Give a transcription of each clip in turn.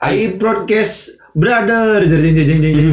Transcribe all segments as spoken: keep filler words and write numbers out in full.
Aib Broadcast Brother. Jeng jeng jeng jeng.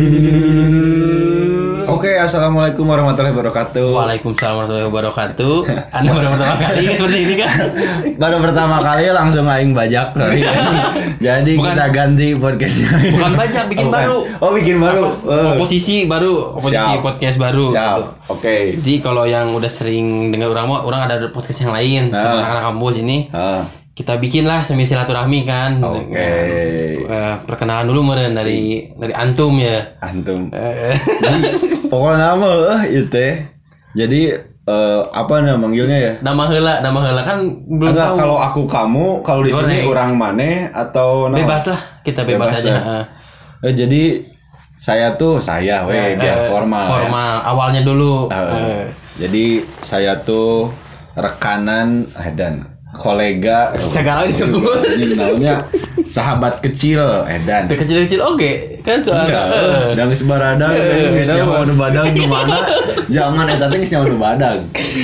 Oke, assalamualaikum warahmatullahi wabarakatuh. Waalaikumsalam warahmatullahi wabarakatuh. Anda baru pertama kali seperti ini kan? Baru pertama kali langsung aing bajak sorry. Jadi bukan, kita ganti podcastnya. Bukan bajak, bikin oh, baru. Oh, bikin baru. Oh. Oposisi baru, oposisi Siap. Podcast baru. Siap. Oke. Okay. Jadi kalau yang udah sering dengar orang mah, orang ada podcast yang lain, nah. Anak-anak kampus ini. Nah. Kita bikin lah semi silaturahmi kan. Oke. Okay. Uh, perkenalan dulu meren dari dari antum ya. Antum. Uh. Jadi, pokoknya nama eh itu. Jadi uh, apa nama manggilnya ya? Nama heula, nama heula kan belum Agak, tahu. Kalau aku kamu, kalau di sini orang maneh atau nama? Bebas lah, kita bebas, bebas aja. Ya. Uh, jadi saya tuh saya weh uh, biar formal. Formal, ya. Awalnya dulu. Uh, uh. Jadi saya tuh rekanan dan kolega segala disebut ini namanya sahabat kecil edan kecil-kecil oke okay. Kan soalnya uh, dan geus baradang geus nyawa nu badang di mana jangan eta teh geus nyawa nu badang.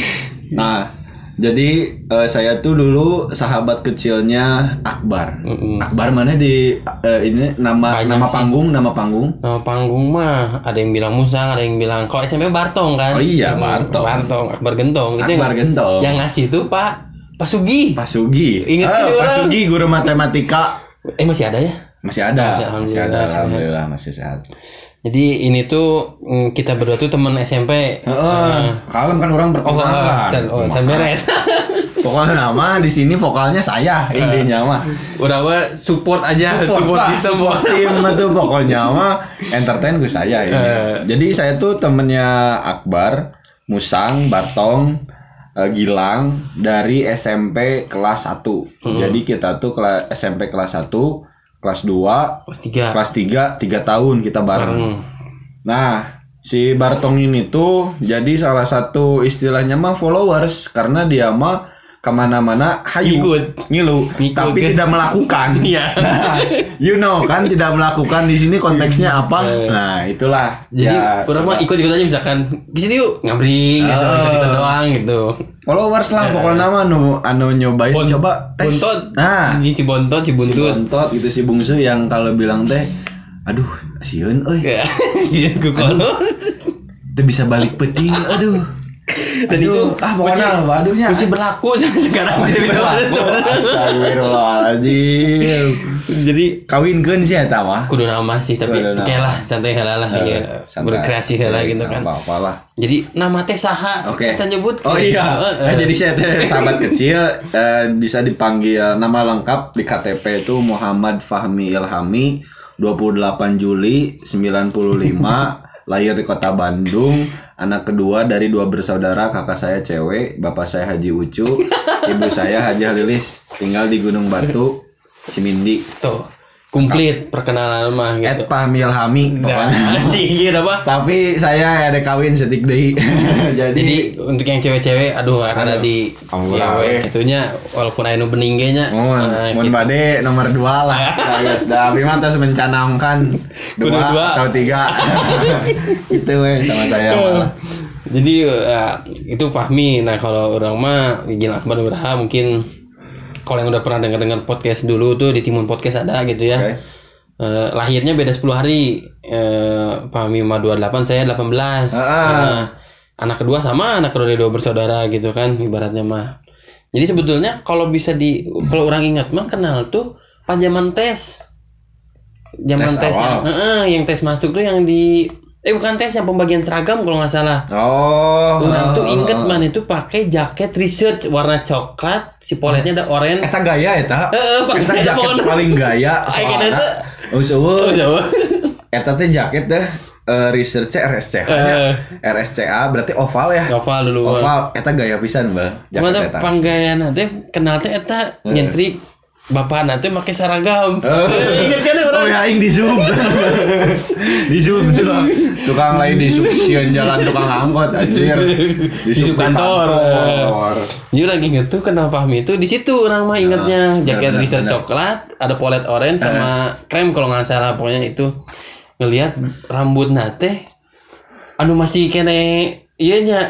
Nah jadi uh, saya tuh dulu sahabat kecilnya Akbar. Mm-mm. Akbar mana di uh, ini nama banyak nama sih. panggung nama panggung nama panggung mah ada yang bilang Musang, ada yang bilang kalau S M P Bartong kan. Oh iya Bartong Bartong Akbar Gentong itu Akbar yang, Gentong yang ngasih tuh Pak Pak Sugi. Pak Sugi. Ingat oh, Pak Sugi guru matematika. Eh masih ada ya? Masih ada. Alhamdulillah, masih ada. Alhamdulillah, Alhamdulillah masih sehat. Jadi ini tuh kita berdua tuh teman S M P. Heeh. Uh, kalem kan orang berkenalan. Oh, can beres. Pokoknya nama di sini vokalnya saya intinya mah. Udah mah support aja, support, support sistem support tim tuh pokoknya mah entertain gue saya ini. Uh. Jadi saya tuh temennya Akbar, Musang, Bartong, Gilang dari S M P kelas satu. Hmm. Jadi kita tuh kelas S M P kelas satu, kelas dua, kelas tiga. Kelas tiga, tiga tahun kita bareng. Hmm. Nah, si Bartong ini tuh jadi salah satu istilahnya mah followers karena dia mah kemana-mana hayu Ikut. ngilu Ikut, tapi kan? Tidak melakukan. Nah, you know kan tidak melakukan di sini konteksnya apa? Nah, itulah. Jadi ya, orang mah ikut-ikut aja misalkan di sini yuk ngabring gitu, uh, kita doang gitu. Followers lah uh, pokoknya nama anu anu nyobain bon, coba tes. Bontot. Nah, ini si bontot, si buntut. Si bontot itu si bungsu yang kalau bilang teh aduh, sieun euy. Sieun ku kono. Teu bisa balik peuting, aduh. Dan aduh, itu ah pokoknya aduhnya masih berlaku sampai sekarang masih berlaku. Astagfirullahaladzim. Jadi kawinkeun sih eta mah. Kudu nama sih tapi oke lah santai heula lah uh, ya berkreasi heula gitu kan. Apa-apalah. Jadi nama teh saha okay. Kita nyebut. Oh iya. Uh, uh. Nah, jadi saya teh sahabat kecil uh, bisa dipanggil nama lengkap di K T P itu Muhammad Fahmi Ilhami, dua puluh delapan Juli sembilan puluh lima. Lahir di kota Bandung, anak kedua dari dua bersaudara, kakak saya cewek, bapak saya Haji Ucu, ibu saya Haji Halilis, tinggal di Gunung Batu, Cimindi. Tuh, komplit perkenalan mah gitu. Et Fahmi Ilhami pokoknya. Tinggi apa? Tapi saya ada kawin setik deui. Jadi, Jadi untuk yang cewek-cewek, aduh karena di ya, itunya walaupun anu bening ge nya. Mun uh, mun bade nomor dua lah. Guys, da abi mah tos mencanangkan dua atau tiga. Itu we sama saya malah. Jadi uh, itu Fahmi. Nah, kalau orang mah Gil Akbar Beraha mungkin kalau yang udah pernah dengar-dengar podcast dulu tuh di Timun Podcast ada gitu ya. Okay. Uh, lahirnya beda sepuluh hari. Uh, Fahmi mah dua puluh delapan, saya delapan belas. Ah. Uh, anak kedua sama anak kedua dua bersaudara gitu kan ibaratnya mah. Jadi sebetulnya kalau bisa di kalau orang ingat mah kenal tuh pas zaman tes. Zaman tes, tes yang, uh, yang tes masuk tuh yang di Eh bukan tes yang pembagian seragam kalau nggak salah. Oh. Orang tuh inget man itu pakai jaket research warna coklat, si poletnya ada oranye. Eta gaya eta. Heeh, eta jaket paling gaya soalnya. Oh seueur. Eta teh jaket teh uh, research R S C A-nya. Uh, R S C A berarti oval ya. Oval dulu. Oval eta gaya pisan, Mbak. Jaket eta. Panggayana teh kenal teh eta uh. nyentrik bapak nanti pakai seragam. Oh. Ingat kan orang? Oh ya, aing di Zoom. Di Zoom betul lah. Tukang lain di Zoom sieun jalan tukang angkot anjir. Di Zoom kantor. Jadi lagi inget tuh kenal Fahmi itu di situ orang mah ingetnya jaket research coklat, ada polet orange sama krem kalau nggak salah pokoknya itu ngelihat rambut nate anu masih kene iya nya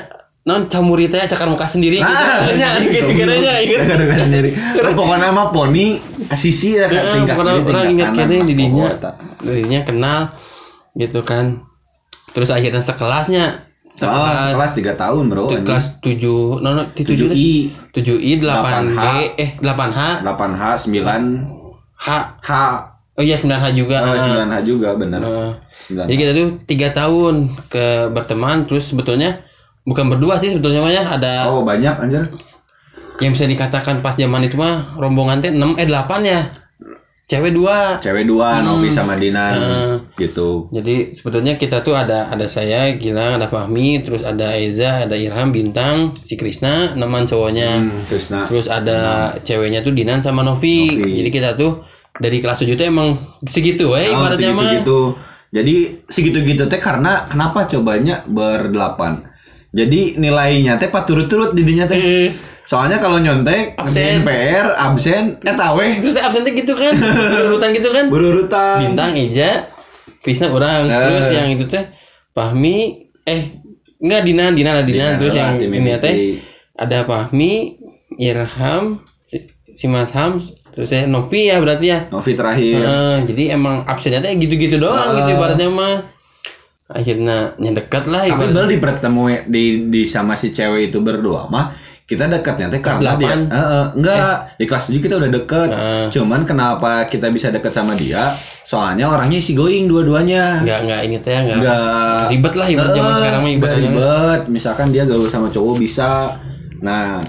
non camuri teh cakar muka sendiri gitu. Nah, gitu kiranya inget. Cakar muka sendiri. Pokoknya mah poni sisi ya kan tingkat ini. Orang ingat kene didinya. Didinya kenal gitu kan. Terus akhirnya sekelasnya sekelas, sekelas tiga tahun bro. Kelas tujuh, no, no, di tujuh i, tujuh i, delapan H, eh delapan H, delapan H, sembilan H, H. Oh iya sembilan H juga. Oh, sembilan H juga benar. Uh, jadi kita tuh tiga tahun ke berteman, terus sebetulnya bukan berdua sih sebetulnya mah ada. Oh banyak anjir. Yang bisa dikatakan pas zaman itu mah rombongan teh enam eh delapan ya. Cewek dua. Cewek dua, hmm. Novi sama Dinan uh, gitu. Jadi sebetulnya kita tuh ada ada saya, Gilang, ada Fahmi, terus ada Eza, ada Irham, Bintang, si Krisna, teman cowoknya. Hmm, Krisna. Terus ada hmm. ceweknya tuh Dinan sama Novi. Novi. Jadi kita tuh dari kelas tujuh tuh emang segitu eh oh, ibaratnya mah. Segitu-gitu. Jadi segitu-gitu teh karena kenapa cobanya berdelapan. Jadi nilainya teh paturut-turut didinya teh. Mm. Soalnya kalau nyontek absen P R, absen, eta weh. Terus absennya gitu kan. Berurutan gitu kan. Berurutan. Bintang, Eja, Krisna orang. Uh. Terus yang itu teh Fahmi eh enggak Dinan, Dinan ada Dinan, terus yang ini teh ada Fahmi, Irham, si Mas Ham, terus saya Novi ya berarti ya. Novi terakhir. Uh, jadi emang absennya teh gitu-gitu doang uh. gitu ibaratnya mah. Akhirnya nyedekat lah ibaratnya. Tapi baru dipertemu di di sama si cewek itu berdua mah kita dekatnya teh kelas delapan. Dia, uh, uh, enggak eh. Di kelas tujuh kita udah deket. Uh. Cuman kenapa kita bisa deket sama dia? Soalnya orangnya isi going dua-duanya. Enggak enggak ini teh enggak. Enggak ribet lah ibarat uh, zaman sekarang mah ibaratnya. Ribet. Misalkan dia gaul sama cowok bisa. Nah,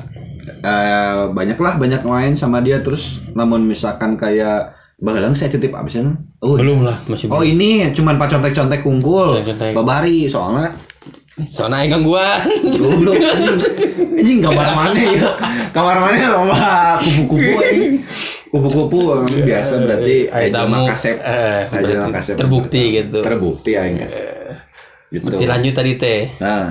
uh, banyak lah banyak main sama dia terus namun misalkan kayak bahelang saya titip absen. Oh, belum lah masih belum. Oh ini cuman pak contek-contek kungkul. Babari soalnya soalnya aing gangguan. Goblok anjing. Anjing kamar mana ya? Kamar mana loba kupu-kupu anjing. Kupu-kupu biasa berarti aing kasep. Eh, kasep. Terbukti gitu. Terbukti aing. Gitu. Berarti lanjut tadi teh. Nah.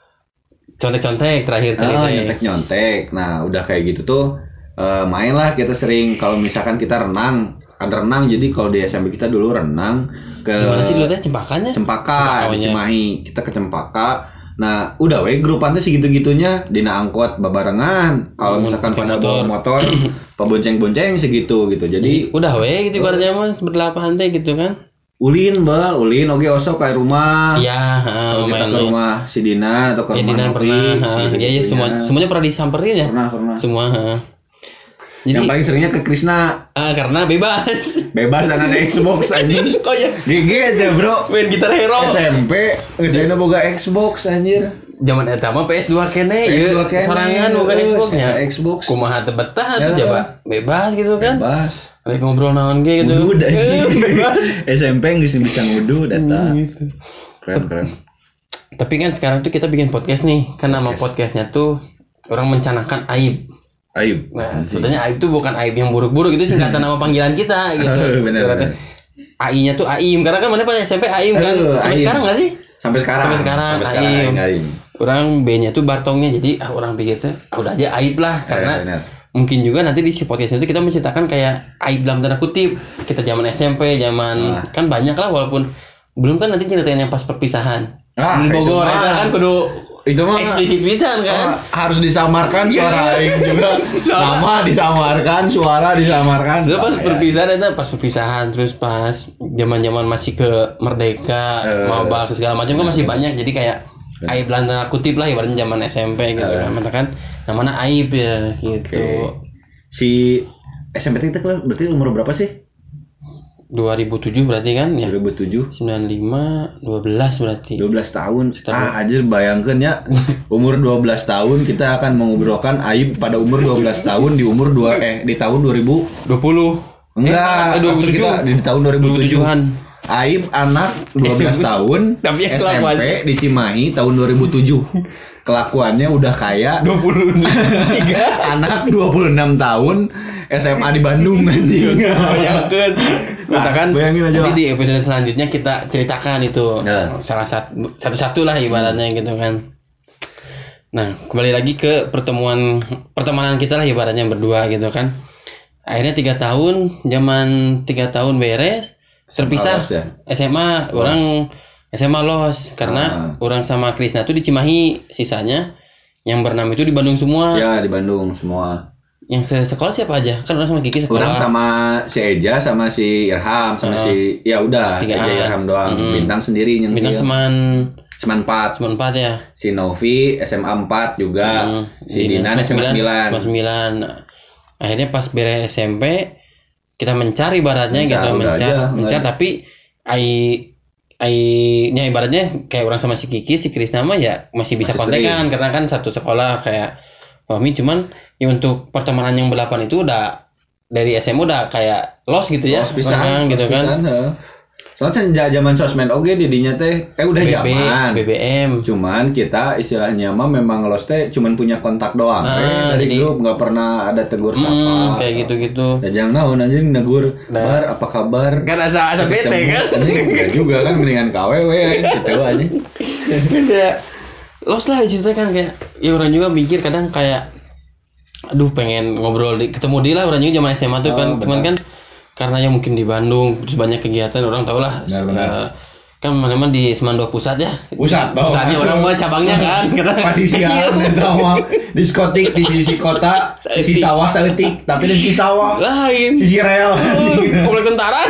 Contek-contek terakhir tadi teh. Nyontek-nyontek. Nah, udah kayak gitu tuh uh, main lah kita sering kalau misalkan kita renang ada renang jadi kalau di S M P kita dulu renang ke mana sih dulu teh Cempakannya Cempaka di Cimahi kita ke Cempaka. Nah udah weh grupan teh segitu-gitunya dina angkot babarengan kalau misalkan pada bawa motor pabonceng-bonceng segitu gitu jadi udah weh gitu ibaratnya mah berdelapan teh gitu kan. Ulin ba ulin oge osok kayak rumah iya kalau kita ke rumah si Dina atau ke ya, rumah Dina pernah iya iya semua semuanya pernah disamperin ya pernah pernah semua ha. Jadi, yang paling seringnya ke Krisna uh, karena bebas bebas dan ada Xbox anjing. Oh ya G G aja bro main gitar hero S M P saya boga Xbox anjir zaman eta mah P S dua kene P S dua kene sorangan boga Xboxnya Xbox kumaha teu betah atuh coba bebas gitu kan bebas lagi ngobrol naon ge gitu ngudud bebas S M P geus bisa ngudud eta gitu. Keren keren tapi kan sekarang tuh kita bikin podcast nih kan nama podcastnya tuh orang mencanangkan aib. Aib. Nah, sebetulnya aib itu bukan aib yang buruk-buruk, itu singkatan nama panggilan kita gitu. Benar. A I-nya tuh Aim karena kan mana pas S M P Aim kan. Aduh, sampai Aim. sekarang enggak sih? Sampai sekarang. Sampai sekarang, Sampai sekarang Aim. Aim. Orang B-nya tuh Bartongnya jadi ah orang pikir tuh ah, udah aja aib lah karena eh, mungkin juga nanti di si podcast itu kita menceritakan kayak aib dalam tanda kutip. Kita zaman S M P, zaman ah. kan banyak lah walaupun belum kan nanti ceritain yang pas perpisahan. Ah, di Bogor itu kan kudu itu mah eksplisit pisan kan. Oh, harus disamarkan suara Aing juga. Nama disamarkan, suara disamarkan. Terus pas perpisahan itu pas perpisahan terus pas zaman-zaman masih ke Merdeka, uh, Maba segala macam kan masih banyak jadi kayak aib dalam tanda kutip lah ibaratnya zaman S M P gitu uh, kan. Kan namanya aib ya gitu. Okay. Si S M P kita berarti umur berapa sih? dua ribu tujuh berarti kan ya? dua ribu tujuh sembilan puluh lima dua belas berarti. dua belas tahun. Ah, anjir bayangkan ya. Umur dua belas tahun kita akan mengobrolkan aib pada umur dua belas tahun di umur dua eh di tahun dua ribu dua puluh. Enggak, eh, dua ribu tujuh kita di tahun dua ribu tujuh-an. Aib anak dua belas tahun S M P di Cimahi tahun dua ribu tujuh. Kelakuannya udah kayak dua puluh tiga anak dua puluh enam tahun S M A di Bandung anjing. Bayangkan. Katakan bayangin aja. Nanti di episode selanjutnya kita ceritakan itu nah. salah satu satu-satu lah ibaratnya hmm. gitu kan. Nah, kembali lagi ke pertemuan pertemanan kita lah ibaratnya berdua gitu kan. Akhirnya tiga tahun, zaman tiga tahun beres, terpisah. Ya? S M A los. Orang S M A los karena ah. orang sama Krisna tuh di Cimahi, sisanya yang berenam itu di Bandung semua. Ya di Bandung semua. Yang sekolah siapa aja? Kan orang sama Kiki sekolah. Orang sama si Eja sama si Irham sama uh, si ya udah Eja Irham doang. Mm-hmm. Bintang sendiri yang Bintang Seman Seman empat. Seman empat ya. Si Novi S M A empat juga. Mm, si Dinan S M A sembilan. S M A sembilan. Akhirnya pas beres S M P kita mencari ibaratnya gitu, mencar, mencar tapi ai ai nya ibaratnya kayak orang sama si Kiki, si Krisna mah ya masih bisa kontekan karena kan satu sekolah kayak Fahmi, cuman ya untuk pertemanan yang berdelapan itu udah dari S M U udah kayak lost gitu ya. Lost pisan gitu kan. Soalnya zaman sosmed oge didinya teh eh udah zaman B B M. Cuman kita istilahnya mah memang lost teh cuman punya kontak doang. Ah, eh dari jadi, grup enggak pernah ada tegur sapa. Hmm, kayak gitu-gitu. Dan jangan naon anjing negur, "Bar, apa kabar?" Kan asa-asa bete kan. Enggak juga kan mendingan K W W gitu aja. Kayak lost lah diceritakan kayak ya orang juga mikir kadang kayak aduh pengen ngobrol di, ketemu dia lah orang juga zaman S M A tuh oh, kan benar. Cuman kan karena ya mungkin di Bandung terus banyak kegiatan orang tau lah uh, kan mana-mana di Semandua pusat ya pusat bawah pusatnya orang mau cabangnya kan pasti siang sama diskotik di sisi kota sisi sawah saletik tapi di sisi sawah lain sisi rel komplek tentara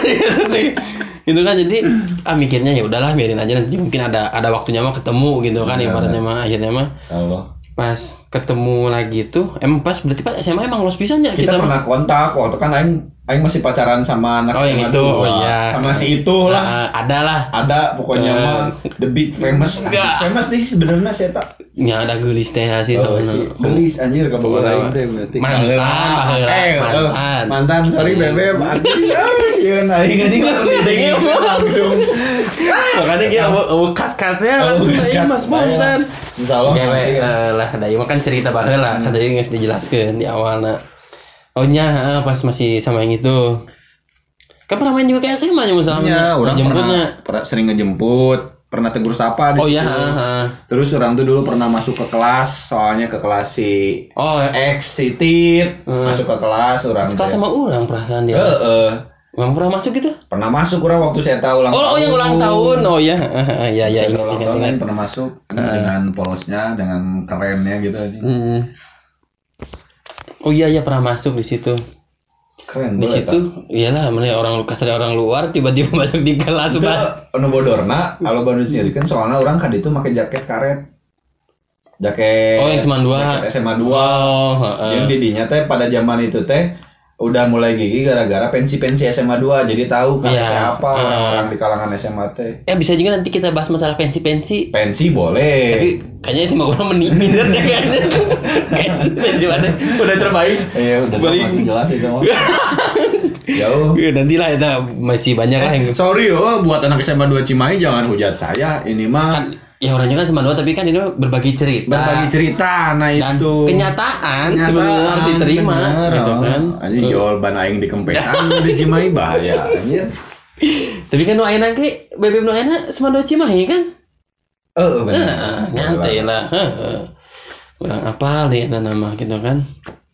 itu kan jadi ah mikirnya ya udahlah biarin aja nanti mungkin ada ada waktunya mah ketemu gitu kan ya, ibaratnya mah akhirnya mah Allah. Pas ketemu lagi tuh emang pas berarti pas S M A emang los pisan ya kita, kita pernah kontak waktu kan aing aing masih pacaran sama anak oh, yang itu oh, iya. Sama si itu lah uh, ada lah ada pokoknya uh, mah the big famous ah, famous nih sebenarnya saya tak ya ada gelis teh sih oh, si gelis anjir ka bawa lain deh berarti mantan eh mantan mantan sorry bebe anjir sieun aing anjing langsung makanya dia kat-katnya langsung aing mas mantan insyaallah lah da ieu kan cerita baheula kan tadi geus dijelaskeun di awalna. Oh nya pas masih sama yang itu. Kan pernah main juga kayak S M A nya misalnya. Iya, orang pernah, pernah sering ngejemput, pernah tegur sapa di oh, situ. Oh iya, terus orang tuh dulu pernah masuk ke kelas, soalnya ke kelas si oh, X si Tit, hmm. masuk ke kelas orang. Kelas sama orang perasaan dia. Heeh. Uh, uh. Emang pernah masuk gitu? Pernah masuk orang waktu saya tahu ulang oh, tahun. Oh, yang ulang tahun. Oh iya. Iya, iya, ingat ingat pernah masuk uh. dengan polosnya, dengan kerennya gitu aja. Hmm. Oh iya iya pernah masuk di situ. Keren di situ. Iyalah, mana orang kasar orang luar tiba-tiba masuk di kelas banget. Ono bodorna, kalau baru kan soalnya orang kan itu pakai jaket karet. Jaket oh, yang S M A dua. Jaket S M A dua. Oh, uh. Yang didinya teh pada zaman itu teh udah mulai gigi gara-gara pensi-pensi S M A dua jadi tahu kan yeah. Kayak apa uh. orang-orang di kalangan S M A teh. Ya bisa juga nanti kita bahas masalah pensi-pensi. Pensi boleh. Tapi kayaknya sih mau orang minder ya kayaknya. Pensi mana udah terbaik. Iya udah terbaik jelas itu mah. Jauh. Nanti lah itu masih banyak eh, lah yang. Sorry yo buat anak S M A dua Cimahi jangan hujat saya. Ini mah kan ya orangnya kan cuma dua tapi kan ini berbagi cerita. Berbagi cerita, nah dan itu. Kenyataan, kenyataan sebenarnya harus diterima, bener, gitu kan. Anjing jual ban aing di kempesan di Cimahi bahaya anjir. Tapi kan nu ayeuna ge B B M nu ayeuna sama dua Cimahi kan? Heeh, uh, benar. Heeh, nyantai lah, heeh. Kurang apal deh nama gitu kan.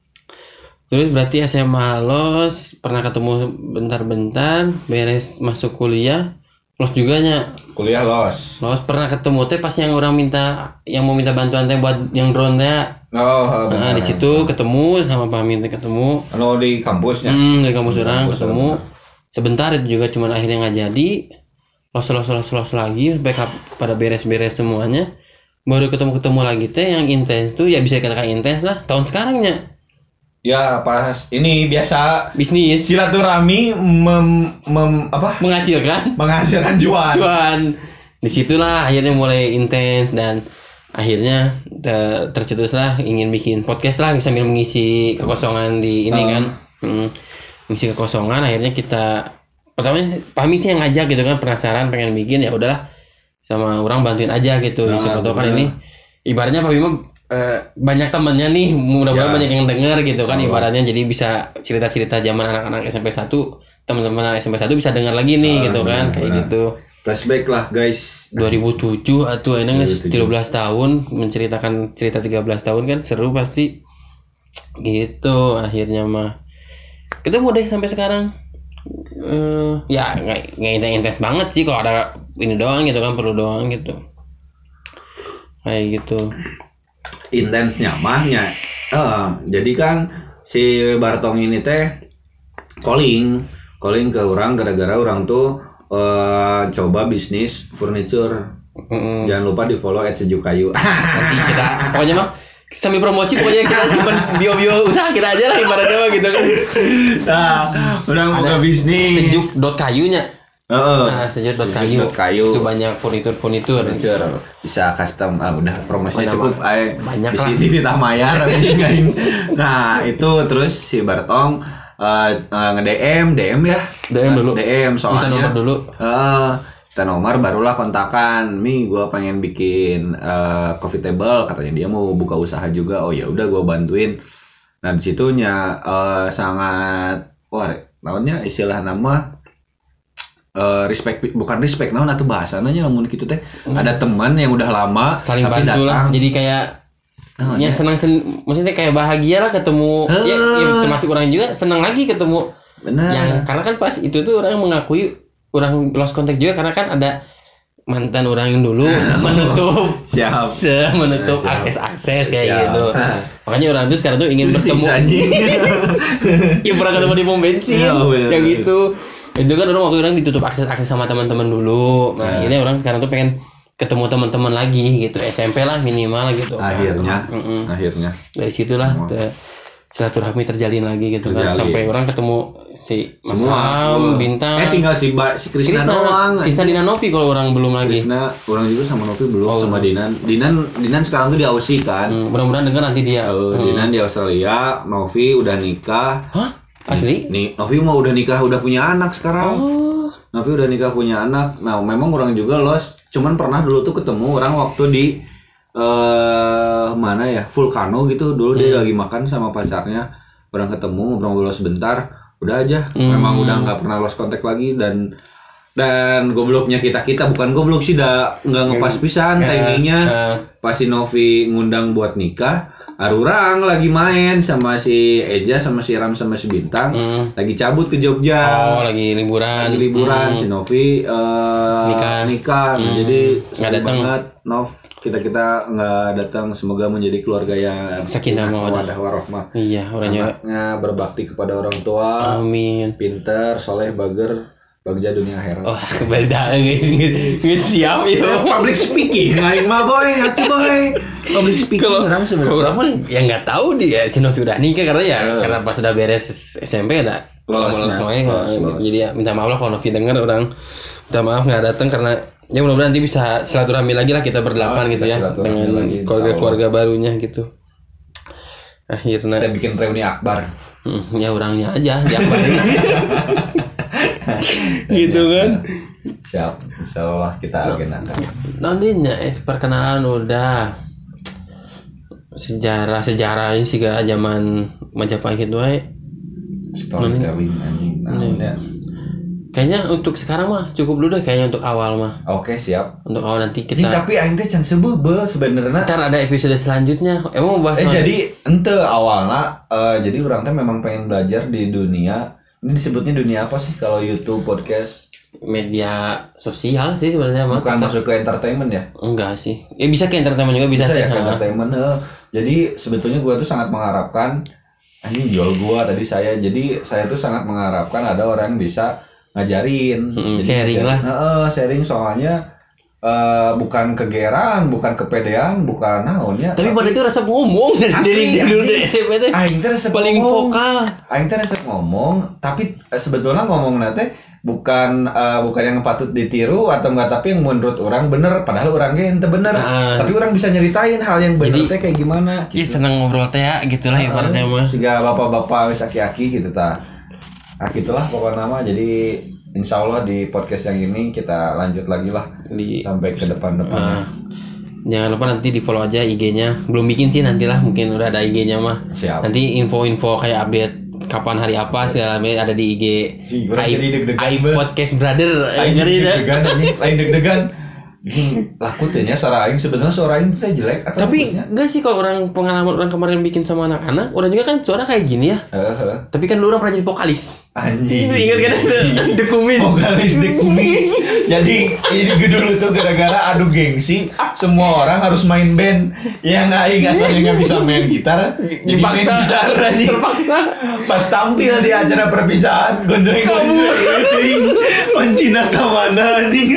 Terus berarti S M A los, pernah ketemu bentar-bentar, beres masuk kuliah. Los juga nya kuliah los los pernah ketemu teh pas yang orang minta yang mau minta bantuan teh buat yang drone teh oh nah, di situ ketemu sama Pak minta ketemu kalau di kampusnya hmm, di kampus orang ketemu sebentar itu juga cuman akhirnya nggak jadi los los los los lagi sampai pada beres-beres semuanya baru ketemu ketemu lagi teh yang intens tuh ya bisa dikatakan intens lah tahun sekarangnya. Ya pas ini biasa bisnis silaturahmi mem, mem apa menghasilkan menghasilkan cuan. Cuan. Disitulah akhirnya mulai intens dan akhirnya ter- tercetuslah ingin bikin podcast lah sambil mengisi kekosongan di ini uh. kan. Hmm, mengisi kekosongan akhirnya kita pertama Pami sih yang ngajak gitu kan penasaran pengen bikin ya udahlah sama orang bantuin aja gitu nah, di foto kan ini ibaratnya Pami mah Uh, banyak temennya nih mudah-mudahan ya, banyak yang denger gitu kan so, ibaratnya jadi bisa cerita-cerita zaman anak-anak S M P satu teman-teman S M P satu bisa denger lagi nih uh, gitu kan benar, kayak benar. Gitu flashback lah guys dua ribu tujuh atau ini tiga belas tahun menceritakan cerita tiga belas tahun kan seru pasti gitu akhirnya mah kita mau deh sampai sekarang uh, ya nggak nggak intens banget sih kalau ada ini doang gitu kan perlu doang gitu kayak gitu. intensnya mahnya. Eh, jadi kan si Bartong ini teh calling, calling ke orang gara-gara orang tuh uh, coba bisnis furniture. Mm-hmm. Jangan lupa di follow at sejuk kayu. Nanti kita pokoknya mah sambil promosi pokoknya kita simpen bio-bio usaha kita aja lah ibaratnya mah gitu kan. Nah, orang buka bisnis sejuk dot kayunya. Uh, nah, sejuk dot kayu. kayu. Itu banyak furnitur-furnitur. Furniture. Bisa custom. Ah, udah promosinya cukup. Ay, banyak di lah. sini kita mayar. Nah, itu terus si Bartong uh, uh, nge-D M, D M ya. D M dulu. D M soalnya. Kita nomor dulu. Uh, kita nomor barulah kontakan. Mi, gue pengen bikin uh, coffee table. Katanya dia mau buka usaha juga. Oh ya udah gue bantuin. Nah di situnya uh, sangat, wah, namanya istilah nama. Uh, respect, bukan respect, nah atau bahasanya namun gitu teh hmm. ada teman yang udah lama saling tapi bantu datang. Lah jadi kayak oh, ya, ya senang sen, maksudnya kayak bahagia lah ketemu uh. ya, ya termasuk orang juga senang lagi ketemu. Benar. Yang karena kan pas itu tuh orang mengakui orang lost contact juga karena kan ada mantan orang yang dulu menutup siap se menutup siap. akses akses kayak siap. Gitu makanya orang tuh sekarang tuh ingin bertemu ya pernah ketemu di pom bensin ya, yang itu itu kan orang waktu orang ditutup akses akses sama teman-teman dulu. Nah, nah akhirnya orang sekarang tuh pengen ketemu teman-teman lagi gitu, S M P lah minimal gitu. Akhirnya, kan. Mm-mm. akhirnya. Dari situlah te- silaturahmi terjalin lagi gitu terjalin. Kan sampai orang ketemu si Mas Am, Bintang. Eh tinggal si ba- si Krisna doang. Krisna Dina Novi kalau orang belum lagi. Krisna orang juga sama Novi belum oh, sama Dinan. Dinan Dinan sekarang tuh di Aussie kan. Hmm, mudah-mudahan dengar nanti dia. Uh, hmm. Dinan di Australia, Novi udah nikah. Hah? Asli? Nih, Novi mau udah nikah, udah punya anak sekarang. Oh. Novi udah nikah punya anak. Nah, memang orang juga lost. Cuman pernah dulu tuh ketemu orang waktu di uh, mana ya? Vulcano gitu. Dulu hmm. dia lagi makan sama pacarnya. Orang ketemu, ngobrol-ngobrol sebentar. Udah aja. Hmm. Memang udah nggak pernah lost contact lagi dan dan gobloknya kita-kita bukan goblok sih, dah nggak ngepas pisan timingnya. Uh. Pas si Novi ngundang buat nikah. Arurang lagi main sama si Eja sama si Ram sama si Bintang hmm. lagi cabut ke Jogja. Oh, lagi liburan. Lagi liburan hmm. si Novi uh, nikah. nikah. Hmm. Jadi nggak datang banget Nov kita kita nggak datang. Semoga menjadi keluarga yang sakinah mawaddah warahmah. Iya, orangnya anaknya berbakti kepada orang tua. Amin. Pinter, soleh, bager. Bagja dunia akhirat. Oh, beda guys. Guys siap ya. Public speaking, main mah boy, hati boy. Public speaking orang sebenarnya. Kalau orang ya nggak tahu dia si Novi udah nikah karena ya uh. karena pas udah beres S M P ada lama-lama jadi ya minta maaf lah kalau Novi denger orang minta maaf nggak datang karena ya mudah-mudahan nanti bisa silaturahmi lagi lah kita berdelapan oh, gitu ya dengan keluarga-keluarga barunya gitu. Akhirnya kita bikin reuni akbar. Hmm, ya orangnya aja di akbar ini. Gitu kan. Siap, insyaallah kita agendakan. Nantinya eh perkenalan udah sejarah sejarahnya sih gak zaman Majapahit wae. Storytelling anjing. Nah, kayaknya untuk sekarang mah cukup dulu deh kayaknya untuk awal mah. Oke, siap. Untuk awal nanti kita. Jing, tapi aing teh can sebebel sebenarnya. Ntar ada episode selanjutnya. Emang mau bahas. Eh jadi ente awalnya uh, jadi orang teh memang pengen belajar di dunia. Ini disebutnya dunia apa sih kalau YouTube, podcast? Media sosial sih sebenarnya mah. Bukan masuk ke entertainment ya? Enggak sih. Ya bisa ke entertainment juga bisa, bisa sih. Ya ke entertainment. Uh. Jadi sebetulnya gue tuh sangat mengharapkan ini jual gue tadi saya. Jadi saya tuh sangat mengharapkan ada orang yang bisa ngajarin. Hmm, jadi, sharing lah. Nah, uh, sharing soalnya uh, bukan kegeran, bukan kepedean, bukan naonnya. Tapi, tapi pada itu resep ngomong dari dulu dari S M P teh. Aing teh resep paling ngomong. vokal. Aing teh resep ngomong, tapi uh, sebetulnya ngomong nate bukan uh, bukan yang patut ditiru atau enggak, tapi yang menurut orang bener, padahal orangnya ente bener. Nah, tapi orang bisa nyeritain hal yang bener teh kayak gimana. Gitu. Iya seneng ngobrol teh ya, gitulah uh, ibaratnya mah. Sehingga bapak-bapak wis aki-aki gitu ta. Nah gitulah pokoknya nama. Jadi insya Allah di podcast yang ini kita lanjut lagi lah di, sampai ke depan-depannya. Uh, jangan lupa nanti di follow aja I G-nya. Belum bikin sih nantilah mungkin udah ada I G-nya mah. Siap. Nanti info-info kayak update kapan hari apa segala macam ada di I G. I, I Podcast Brother. Lain deg-degan, lain deg-degan. laku teh nya suara aing sebenarnya suara aing teh jelek atau tapi bagusnya? enggak sih kalau orang pengalaman orang kemarin bikin sama anak-anak, orang juga kan suara kayak gini ya. Heeh. Tapi kan lu orang pernah jadi vokalis. Anjing. Ingat kan itu? The Kumis. Vokalis The Kumis. Jadi ini dulu tuh gara-gara adu gengsi, semua orang harus main band. Yang aing asalnya nggak bisa main gitar, jadi main Dipaksa, gitar anjing. terpaksa. Pas tampil di acara perpisahan, gonjreng-gonjreng. Kuncina ke mana anjing?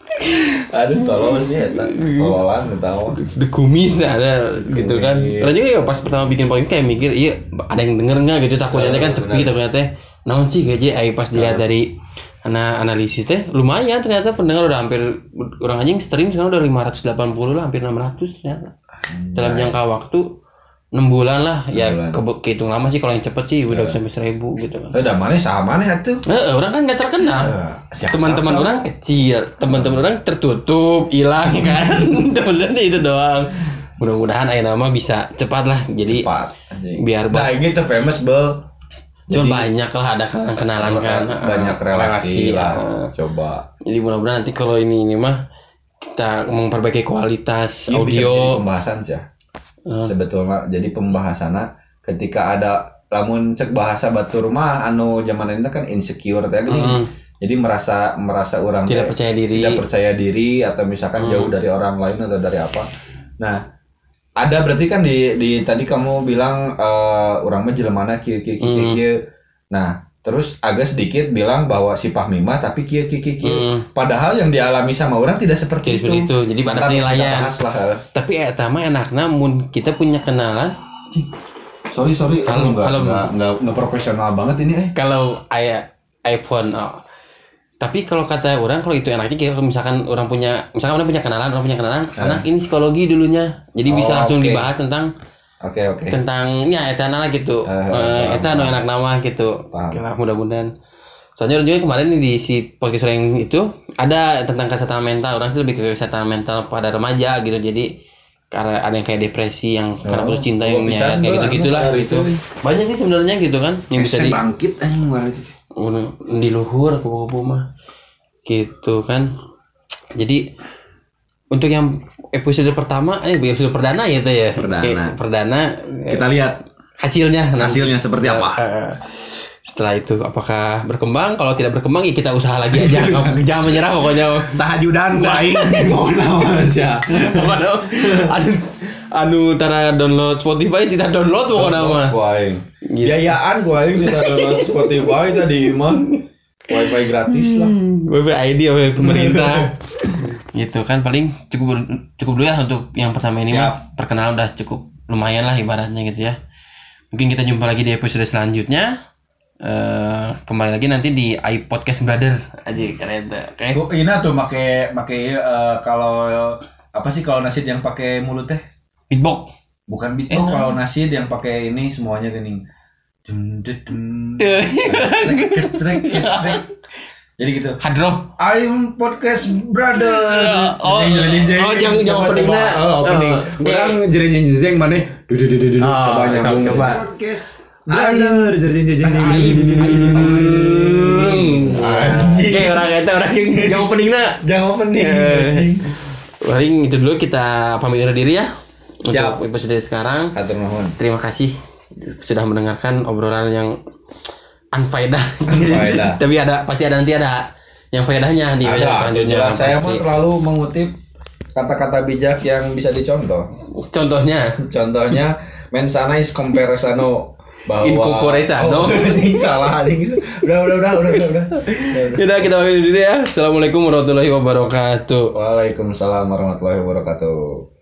Aduh, tolong sih eta. Tololan tahu. The Kumis nah ada gitu kan. Orang juga ya pas pertama bikin podcast kayak mikir, iya ada yang denger nggak gitu, takutnya kan sepi, takutnya teh naon sih gaji. Aing pas dilihat dari ana analisis teh lumayan, ternyata pendengar udah hampir, orang anjing stream sekarang udah lima ratus delapan puluh lah, hampir enam ratus ternyata. Dalam jangka waktu enam bulan lah, ya ke kehitung lama sih, kalau yang cepet sih udah sampai seribu gitu kan. Udah mana sama mana atuh? Eh, orang kan nggak terkenal. Teman-teman orang kecil, teman-teman orang tertutup, hilang kan. Teman-teman itu doang. Mudah-mudahan aya nama bisa cepat lah. Jadi cepat, biar nah ini tuh famous bel. Cuma banyak lah ada kenalan kan, banyak relasi, relasi lah. Uh, coba. Jadi mudah-mudahan nanti kalau ini ini mah kita memperbaiki kualitas ini audio. Bisa jadi pembahasan sih. Hmm. Sebetulnya jadi pembahasannya ketika ada lamun cek bahasa batur mah anu zaman ini kan insecure teh gini. Hmm. Jadi merasa merasa orang tidak percaya diri, tidak percaya diri atau misalkan hmm. jauh dari orang lain atau dari apa. Nah, ada berarti kan di di tadi kamu bilang uh, orang mah jelemana kieu kieu kieu kieu. Nah, terus agak sedikit bilang bahwa si Fahmi mah tapi kieu kieu kieu. Hmm. Padahal yang dialami sama orang tidak seperti tidak itu. Seperti itu. Jadi pada penilaian. Tapi eta mah enakna mun kita punya kenalan. Sorry sorry kalau kalau enggak enggak profesional banget ini eh. Kalau aya iPhone oh. Tapi kalau kata orang, kalau itu enaknya kalau misalkan orang punya, misalkan orang punya kenalan, orang punya kenalan, eh. anak ini psikologi dulunya, jadi oh, bisa langsung okay. dibahas tentang, okay, okay. tentang ya eta anak gitu, uh, uh, eta anu enak nama gitu, kira mudah-mudahan. Soalnya orang juga kemarin di si podcast yang itu ada tentang kesehatan mental, orang sih lebih ke kesehatan mental pada remaja gitu, jadi karena ada yang kayak depresi yang oh, karena putus cinta yang kayak gitu gitulah gitu. Banyak sih sebenarnya gitu kan, yang bisa di bangkit aja nggak di luhur kupu-kupu mah gitu kan. Jadi untuk yang episode pertama eh episode perdana ya itu ya perdana Oke, perdana kita eh, lihat hasilnya hasilnya nanti. Seperti apa uh, setelah itu apakah berkembang, kalau tidak berkembang ya kita usaha lagi aja. Jangan menyerah pokoknya. Tahajudan ku aing mau nama sia pokoknya anu anu tara download Spotify kita download pokoknya mah ku aing biayaan ku aing kita download Spotify tadi mah wifi gratis lah, wifi I D oleh pemerintah. Gitu kan, paling cukup cukup dulu ya untuk yang pertama ini. Siap. Mah perkenalan udah cukup lumayan lah ibaratnya gitu ya. Mungkin kita jumpa lagi di episode selanjutnya. Uh, kembali lagi nanti di iPodcast Brother aja keren tuh. Oke. Okay. Ini tuh make make uh, kalau apa sih kalau nasid yang pakai mulut teh? Beatbox. Bukan beatbox, eh, kalau nasid yang pakai ini semuanya gini. Dum dum. Jadi gitu. Hadroh. I'm podcast brother. Oh, oh jangan jangan openingnya. Oh, opening. Orang jering-jering mana? Coba nyambung. Coba. Podcast brother jering-jering. Oke, orang kata orang yang jangan openingnya. Jangan opening. Paling itu dulu, kita pamit undur diri ya. Untuk episode sekarang. Hatur nuhun. Terima kasih sudah mendengarkan obrolan yang unfaedah. Tapi ada pasti ada nanti ada yang faedahnya di episode selanjutnya. Saya mah selalu mengutip kata-kata bijak yang bisa dicontoh. Contohnya? Contohnya mensana is comparesano bahwa incorporesano. Oh, ini salah anjing. Udah udah udah udah udah. Udah kita pamit dulu ya. Assalamualaikum warahmatullahi wabarakatuh. Waalaikumsalam warahmatullahi wabarakatuh.